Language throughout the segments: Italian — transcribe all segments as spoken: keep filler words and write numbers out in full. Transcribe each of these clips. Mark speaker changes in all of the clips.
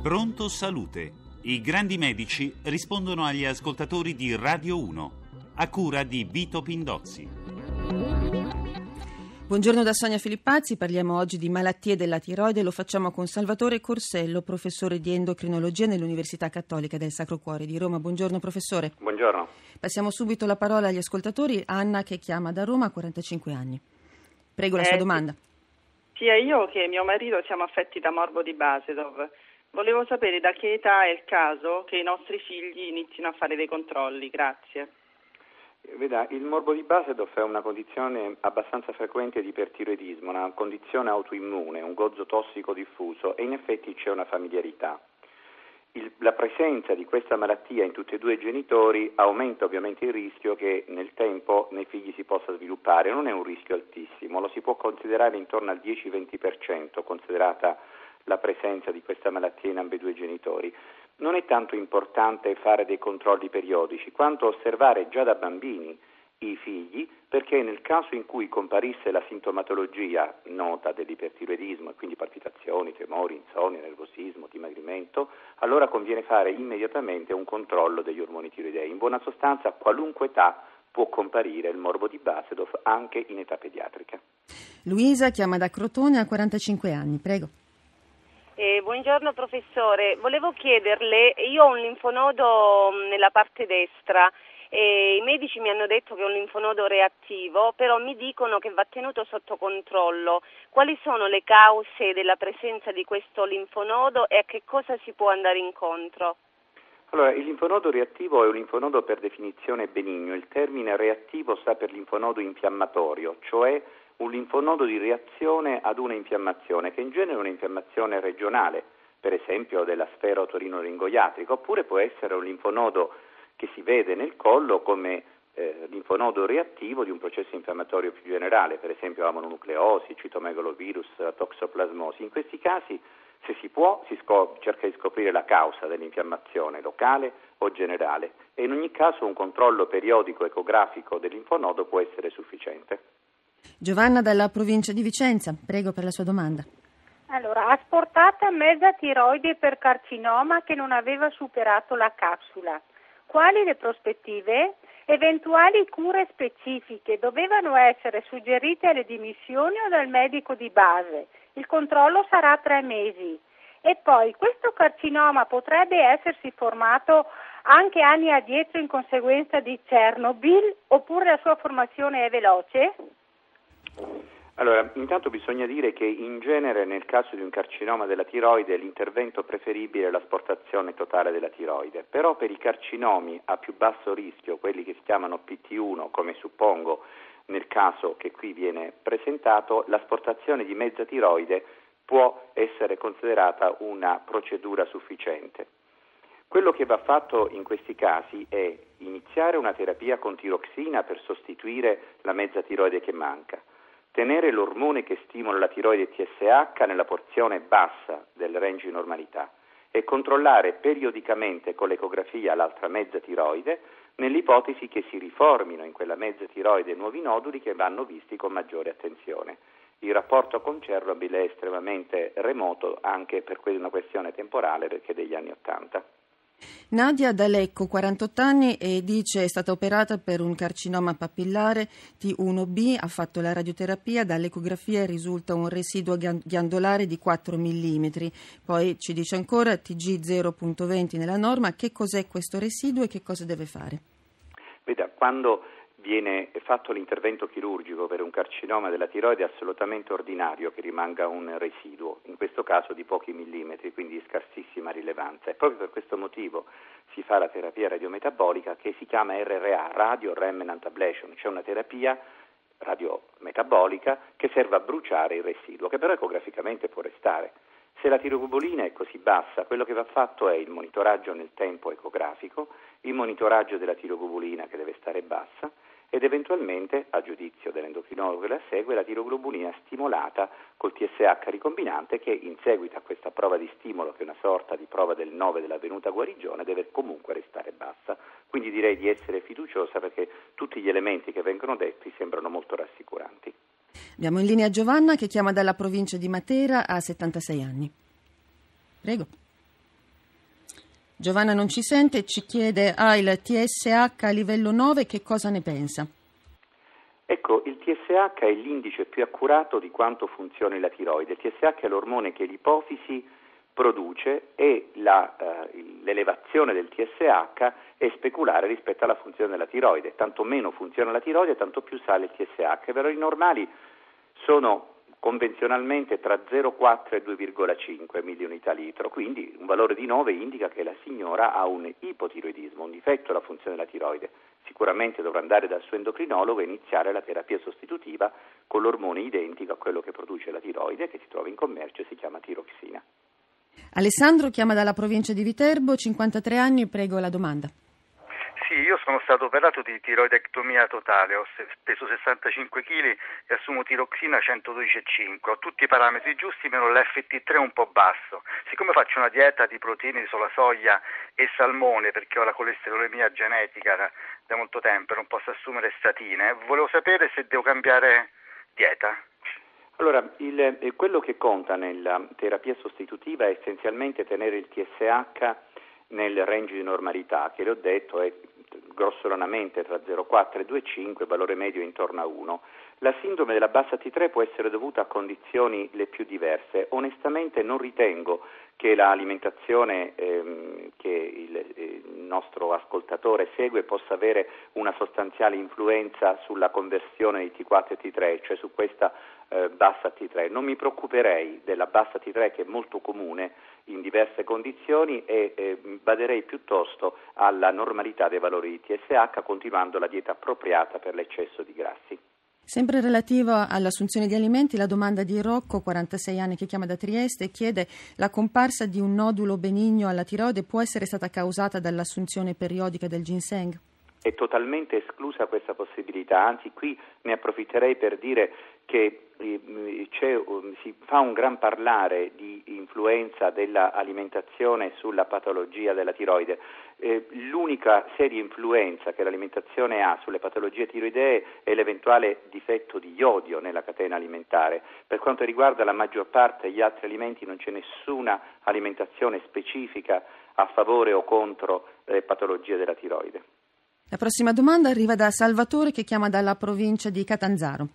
Speaker 1: Pronto Salute. I grandi medici rispondono agli ascoltatori di Radio uno, a cura di Vito Pindozzi.
Speaker 2: Buongiorno da Sonia Filippazzi, parliamo oggi di malattie della tiroide, lo facciamo con Salvatore Corsello, professore di endocrinologia nell'Università Cattolica del Sacro Cuore di Roma. Buongiorno professore.
Speaker 3: Buongiorno.
Speaker 2: Passiamo subito la parola agli ascoltatori. Anna che chiama da Roma, quarantacinque anni. Prego la
Speaker 4: eh,
Speaker 2: sua domanda.
Speaker 4: Sia io che mio marito siamo affetti da morbo di Basedov. Volevo sapere da che età è il caso che i nostri figli inizino a fare dei controlli. Grazie.
Speaker 3: Veda, il morbo di Basedov è una condizione abbastanza frequente di ipertiroidismo, una condizione autoimmune, un gozzo tossico diffuso, e in effetti c'è una familiarità. Il, la presenza di questa malattia in tutti e due i genitori aumenta ovviamente il rischio che nel tempo nei figli si possa sviluppare. Non è un rischio altissimo, lo si può considerare intorno al dieci-venti per cento, considerata la presenza di questa malattia in ambedue i genitori. Non è tanto importante fare dei controlli periodici quanto osservare già da bambini i figli, perché nel caso in cui comparisse la sintomatologia nota dell'ipertiroidismo, e quindi palpitazioni, tremori, insonnia, nervosismo, dimagrimento, allora conviene fare immediatamente un controllo degli ormoni tiroidei. In buona sostanza, a qualunque età può comparire il morbo di Basedov, anche in età pediatrica.
Speaker 2: Luisa chiama da Crotone, ha quarantacinque anni, prego.
Speaker 5: Eh, buongiorno professore, volevo chiederle, io ho un linfonodo nella parte destra e i medici mi hanno detto che è un linfonodo reattivo, però mi dicono che va tenuto sotto controllo. Quali sono le cause della presenza di questo linfonodo e a che cosa si può andare incontro?
Speaker 3: Allora, il linfonodo reattivo è un linfonodo per definizione benigno. Il termine reattivo sta per linfonodo infiammatorio, cioè un linfonodo di reazione ad una infiammazione, che in genere è un'infiammazione regionale, per esempio della sfera otorino-ringoiatrica, oppure può essere un linfonodo che si vede nel collo come eh, linfonodo reattivo di un processo infiammatorio più generale, per esempio la mononucleosi, citomegalovirus, toxoplasmosi. In questi casi, se si può, si scop- cerca di scoprire la causa dell'infiammazione, locale o generale, e in ogni caso un controllo periodico ecografico del linfonodo può essere sufficiente.
Speaker 2: Giovanna dalla provincia di Vicenza, prego per la sua domanda.
Speaker 6: Allora, asportata mezza tiroide per carcinoma che non aveva superato la capsula. Quali le prospettive? Eventuali cure specifiche dovevano essere suggerite alle dimissioni o dal medico di base. Il controllo sarà tre mesi. E poi, questo carcinoma potrebbe essersi formato anche anni addietro in conseguenza di Chernobyl, oppure la sua formazione è veloce?
Speaker 3: Allora, intanto bisogna dire che in genere nel caso di un carcinoma della tiroide l'intervento preferibile è l'asportazione totale della tiroide, però per i carcinomi a più basso rischio, quelli che si chiamano P T uno, come suppongo nel caso che qui viene presentato, l'asportazione di mezza tiroide può essere considerata una procedura sufficiente. Quello che va fatto in questi casi è iniziare una terapia con tiroxina per sostituire la mezza tiroide che manca, tenere l'ormone che stimola la tiroide T S H nella porzione bassa del range di normalità e controllare periodicamente con l'ecografia l'altra mezza tiroide nell'ipotesi che si riformino in quella mezza tiroide nuovi noduli che vanno visti con maggiore attenzione. Il rapporto con Chernobyl è estremamente remoto anche per una questione temporale, perché è degli anni Ottanta.
Speaker 2: Nadia da Lecco, quarantotto anni, e dice è stata operata per un carcinoma papillare T uno B, ha fatto la radioterapia, dall'ecografia risulta un residuo ghiandolare di quattro millimetri, poi ci dice ancora T G zero virgola venti nella norma. Che cos'è questo residuo e che cosa deve fare?
Speaker 3: Veda, quando viene fatto l'intervento chirurgico per un carcinoma della tiroide è assolutamente ordinario che rimanga un residuo, in questo caso di pochi millimetri, quindi di scarsissima rilevanza, e proprio per questo motivo si fa la terapia radiometabolica che si chiama R R A, Radio Remnant Ablation, cioè una terapia radiometabolica che serve a bruciare il residuo, che però ecograficamente può restare. Se la tiroglobulina è così bassa, quello che va fatto è il monitoraggio nel tempo ecografico, il monitoraggio della tiroglobulina che deve stare bassa, ed eventualmente, a giudizio dell'endocrinologo che la segue, la tiroglobulina stimolata col T S H ricombinante che in seguito a questa prova di stimolo, che è una sorta di prova del nove dell'avvenuta guarigione, deve comunque restare bassa. Quindi direi di essere fiduciosa perché tutti gli elementi che vengono detti sembrano molto rassicuranti.
Speaker 2: Abbiamo in linea Giovanna che chiama dalla provincia di Matera, ha settantasei anni. Prego. Giovanna non ci sente, ci chiede, ha il T S H a livello nove, che cosa ne pensa?
Speaker 3: Ecco, il T S H è l'indice più accurato di quanto funzioni la tiroide. Il T S H è l'ormone che l'ipofisi produce e la, eh, l'elevazione del T S H è speculare rispetto alla funzione della tiroide. Tanto meno funziona la tiroide, tanto più sale il T S H. I valori normali sono convenzionalmente tra zero virgola quattro e due virgola cinque milliunità litro, quindi un valore di nove indica che la signora ha un ipotiroidismo, un difetto della funzione della tiroide. Sicuramente dovrà andare dal suo endocrinologo e iniziare la terapia sostitutiva con l'ormone identico a quello che produce la tiroide, che si trova in commercio e si chiama tiroxina.
Speaker 2: Alessandro chiama dalla provincia di Viterbo, cinquantatré anni, prego la domanda.
Speaker 7: Sì, io sono stato operato di tiroidectomia totale, ho peso sessantacinque chili e assumo tiroxina centododici virgola cinque, ho tutti i parametri giusti meno l'F T tre un po' basso. Siccome faccio una dieta di proteine sulla soia e salmone perché ho la colesterolemia genetica da, da molto tempo e non posso assumere statine, volevo sapere se devo cambiare dieta.
Speaker 3: Allora, il, quello che conta nella terapia sostitutiva è essenzialmente tenere il T S H nel range di normalità, che le ho detto è grossolanamente tra zero virgola quattro e due virgola cinque, valore medio intorno a uno. La sindrome della bassa T tre può essere dovuta a condizioni le più diverse. Onestamente non ritengo che l'alimentazione ehm, che il, il nostro ascoltatore segue possa avere una sostanziale influenza sulla conversione di T quattro e T tre, cioè su questa eh, bassa T tre. Non mi preoccuperei della bassa T tre, che è molto comune in diverse condizioni, e eh, baderei piuttosto alla normalità dei valori di T S H, continuando la dieta appropriata per l'eccesso di grassi.
Speaker 2: Sempre relativa all'assunzione di alimenti, la domanda di Rocco, quarantasei anni, che chiama da Trieste, chiede: la comparsa di un nodulo benigno alla tiroide può essere stata causata dall'assunzione periodica del ginseng?
Speaker 3: È totalmente esclusa questa possibilità, anzi qui ne approfitterei per dire che eh, c'è, si fa un gran parlare di influenza dell'alimentazione sulla patologia della tiroide. Eh, l'unica seria influenza che l'alimentazione ha sulle patologie tiroidee è l'eventuale difetto di iodio nella catena alimentare. Per quanto riguarda la maggior parte degli altri alimenti non c'è nessuna alimentazione specifica a favore o contro le patologie della tiroide.
Speaker 2: La prossima domanda arriva da Salvatore, che chiama dalla provincia di Catanzaro.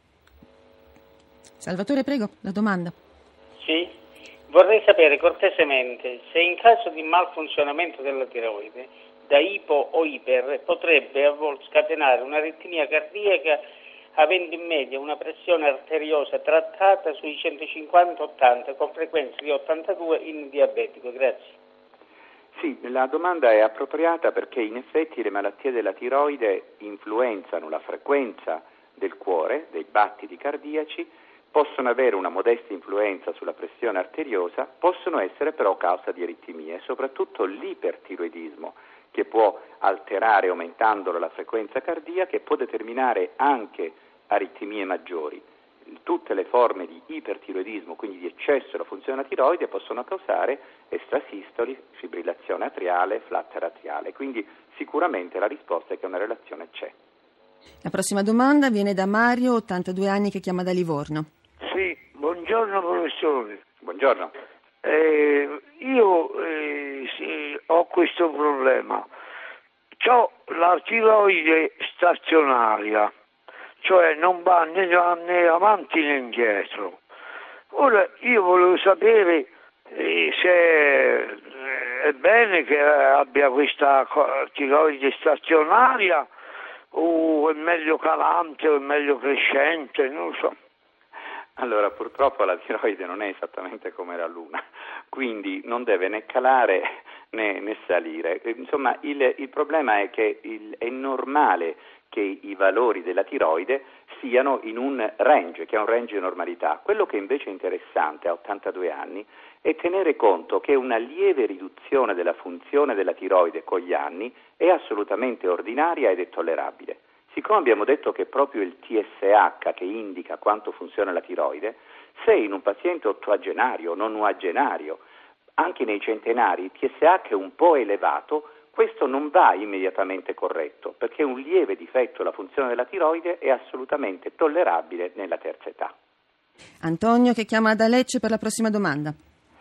Speaker 2: Salvatore, prego, la domanda.
Speaker 8: Sì, vorrei sapere cortesemente se in caso di malfunzionamento della tiroide, da ipo o iper, potrebbe a volte scatenare un'aritmia cardiaca avendo in media una pressione arteriosa trattata sui centocinquanta ottanta con frequenza di ottantadue in diabetico. Grazie.
Speaker 3: Sì, la domanda è appropriata perché in effetti le malattie della tiroide influenzano la frequenza del cuore, dei battiti cardiaci, possono avere una modesta influenza sulla pressione arteriosa, possono essere però causa di aritmie, soprattutto l'ipertiroidismo, che può alterare aumentando la frequenza cardiaca e può determinare anche aritmie maggiori. Tutte le forme di ipertiroidismo, quindi di eccesso della funzione della tiroide, possono causare estrasistoli, fibrillazione atriale, flutter atriale, quindi sicuramente la risposta è che una relazione c'è.
Speaker 2: La prossima domanda viene da Mario, ottantadue anni, che chiama da Livorno.
Speaker 9: Sì, buongiorno professore.
Speaker 3: Buongiorno.
Speaker 9: Eh, io eh, sì, ho questo problema. C'ho la tiroide stazionaria, cioè non va né, né avanti né indietro. Ora io volevo sapere eh, se è bene che abbia questa tiroide stazionaria o è meglio calante o è meglio crescente, non lo so.
Speaker 3: Allora, purtroppo la tiroide non è esattamente come la luna, quindi non deve né calare né, né salire. Insomma, il, il problema è che il, è normale che i valori della tiroide siano in un range, che è un range di normalità. Quello che invece è interessante a ottantadue anni è tenere conto che una lieve riduzione della funzione della tiroide con gli anni è assolutamente ordinaria ed è tollerabile. Siccome abbiamo detto che è proprio il T S H che indica quanto funziona la tiroide, se in un paziente ottoagenario, nonuagenario, anche nei centenari il T S H è un po' elevato, questo non va immediatamente corretto, perché un lieve difetto della funzione della tiroide è assolutamente tollerabile nella terza età.
Speaker 2: Antonio, che chiama da Lecce per la prossima domanda.
Speaker 10: Mi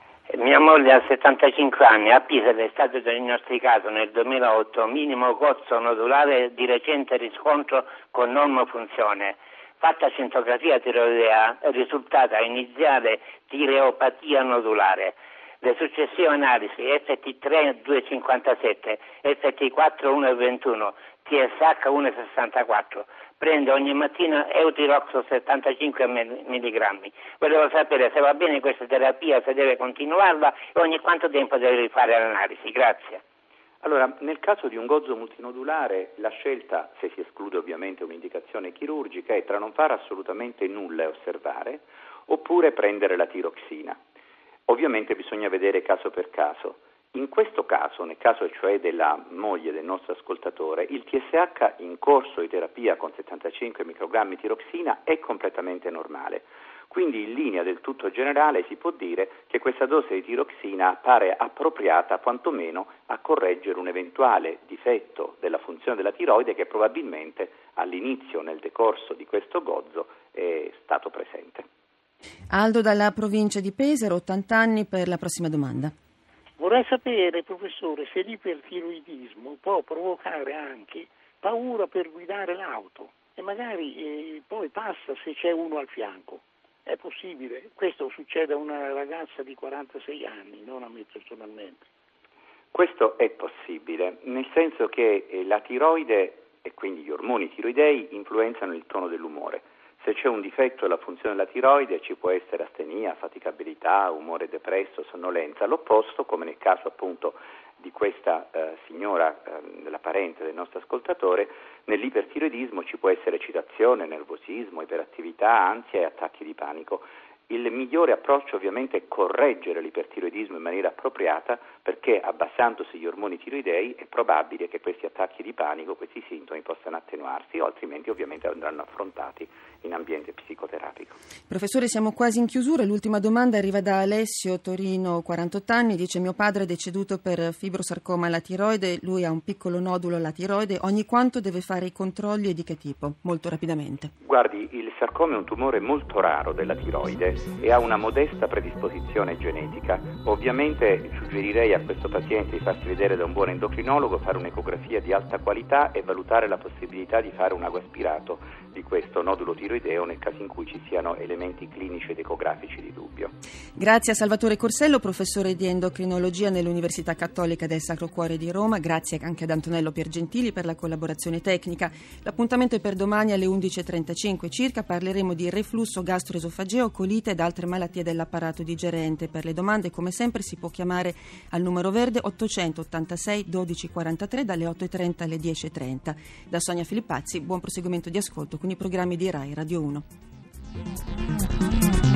Speaker 10: Mia moglie ha settantacinque anni, a Pisa è stato diagnosticato nel duemilaotto minimo gozzo nodulare di recente riscontro con normofunzione. Fatta cintografica tiroidea è risultata iniziale tireopatia nodulare. Le successive analisi F T tre duecentocinquantasette, F T quattro uno virgola ventuno, T S H uno virgola sessantaquattro. Prende ogni mattina Eutirox settantacinque milligrammi. Volevo sapere se va bene questa terapia, se deve continuarla e ogni quanto tempo deve rifare l'analisi. Grazie.
Speaker 3: Allora, nel caso di un gozzo multinodulare la scelta, se si esclude ovviamente un'indicazione chirurgica, è tra non fare assolutamente nulla e osservare oppure prendere la tiroxina. Ovviamente bisogna vedere caso per caso. In questo caso, nel caso cioè della moglie del nostro ascoltatore, il T S H in corso di terapia con settantacinque microgrammi di tiroxina è completamente normale. Quindi in linea del tutto generale si può dire che questa dose di tiroxina pare appropriata quantomeno a correggere un eventuale difetto della funzione della tiroide che probabilmente all'inizio, nel decorso di questo gozzo, è stato presente.
Speaker 2: Aldo dalla provincia di Pesaro, ottanta anni, per la prossima domanda.
Speaker 11: Vorrei sapere, professore, se l'ipertiroidismo può provocare anche paura per guidare l'auto e magari eh, poi passa se c'è uno al fianco. È possibile? Questo succede a una ragazza di quarantasei anni, non a me personalmente.
Speaker 3: Questo è possibile, nel senso che eh, la tiroide e quindi gli ormoni tiroidei influenzano il tono dell'umore. Se c'è un difetto della funzione della tiroide ci può essere astenia, faticabilità, umore depresso, sonnolenza. L'opposto, come nel caso appunto di questa eh, signora, eh, della parente del nostro ascoltatore, nell'ipertiroidismo ci può essere eccitazione, nervosismo, iperattività, ansia e attacchi di panico. Il migliore approccio ovviamente è correggere l'ipertiroidismo in maniera appropriata, perché abbassandosi gli ormoni tiroidei è probabile che questi attacchi di panico, questi sintomi possano attenuarsi o altrimenti ovviamente andranno affrontati in ambiente psicoterapico.
Speaker 2: Professore, siamo quasi in chiusura. L'ultima domanda arriva da Alessio, Torino, quarantotto anni. Dice: mio padre è deceduto per fibrosarcoma alla tiroide, lui ha un piccolo nodulo alla tiroide, ogni quanto deve fare i controlli e di che tipo? Molto rapidamente.
Speaker 3: Guardi, il sarcoma è un tumore molto raro della tiroide e ha una modesta predisposizione genetica. Ovviamente suggerirei a questo paziente di farsi vedere da un buon endocrinologo, fare un'ecografia di alta qualità e valutare la possibilità di fare un aguaspirato di questo nodulo tiroideo nel caso in cui ci siano elementi clinici ed ecografici di dubbio.
Speaker 2: Grazie a Salvatore Corsello, professore di endocrinologia nell'Università Cattolica del Sacro Cuore di Roma. Grazie anche ad Antonello Piergentili per la collaborazione tecnica. L'appuntamento è per domani alle undici e trentacinque circa. Parleremo di reflusso gastroesofageo, colite ed altre malattie dell'apparato digerente. Per le domande, come sempre, si può chiamare al numero verde ottocentottantasei dodici quarantatré dalle otto e trenta alle dieci e trenta. Da Sonia Filippazzi, buon proseguimento di ascolto con i programmi di Rai Radio uno.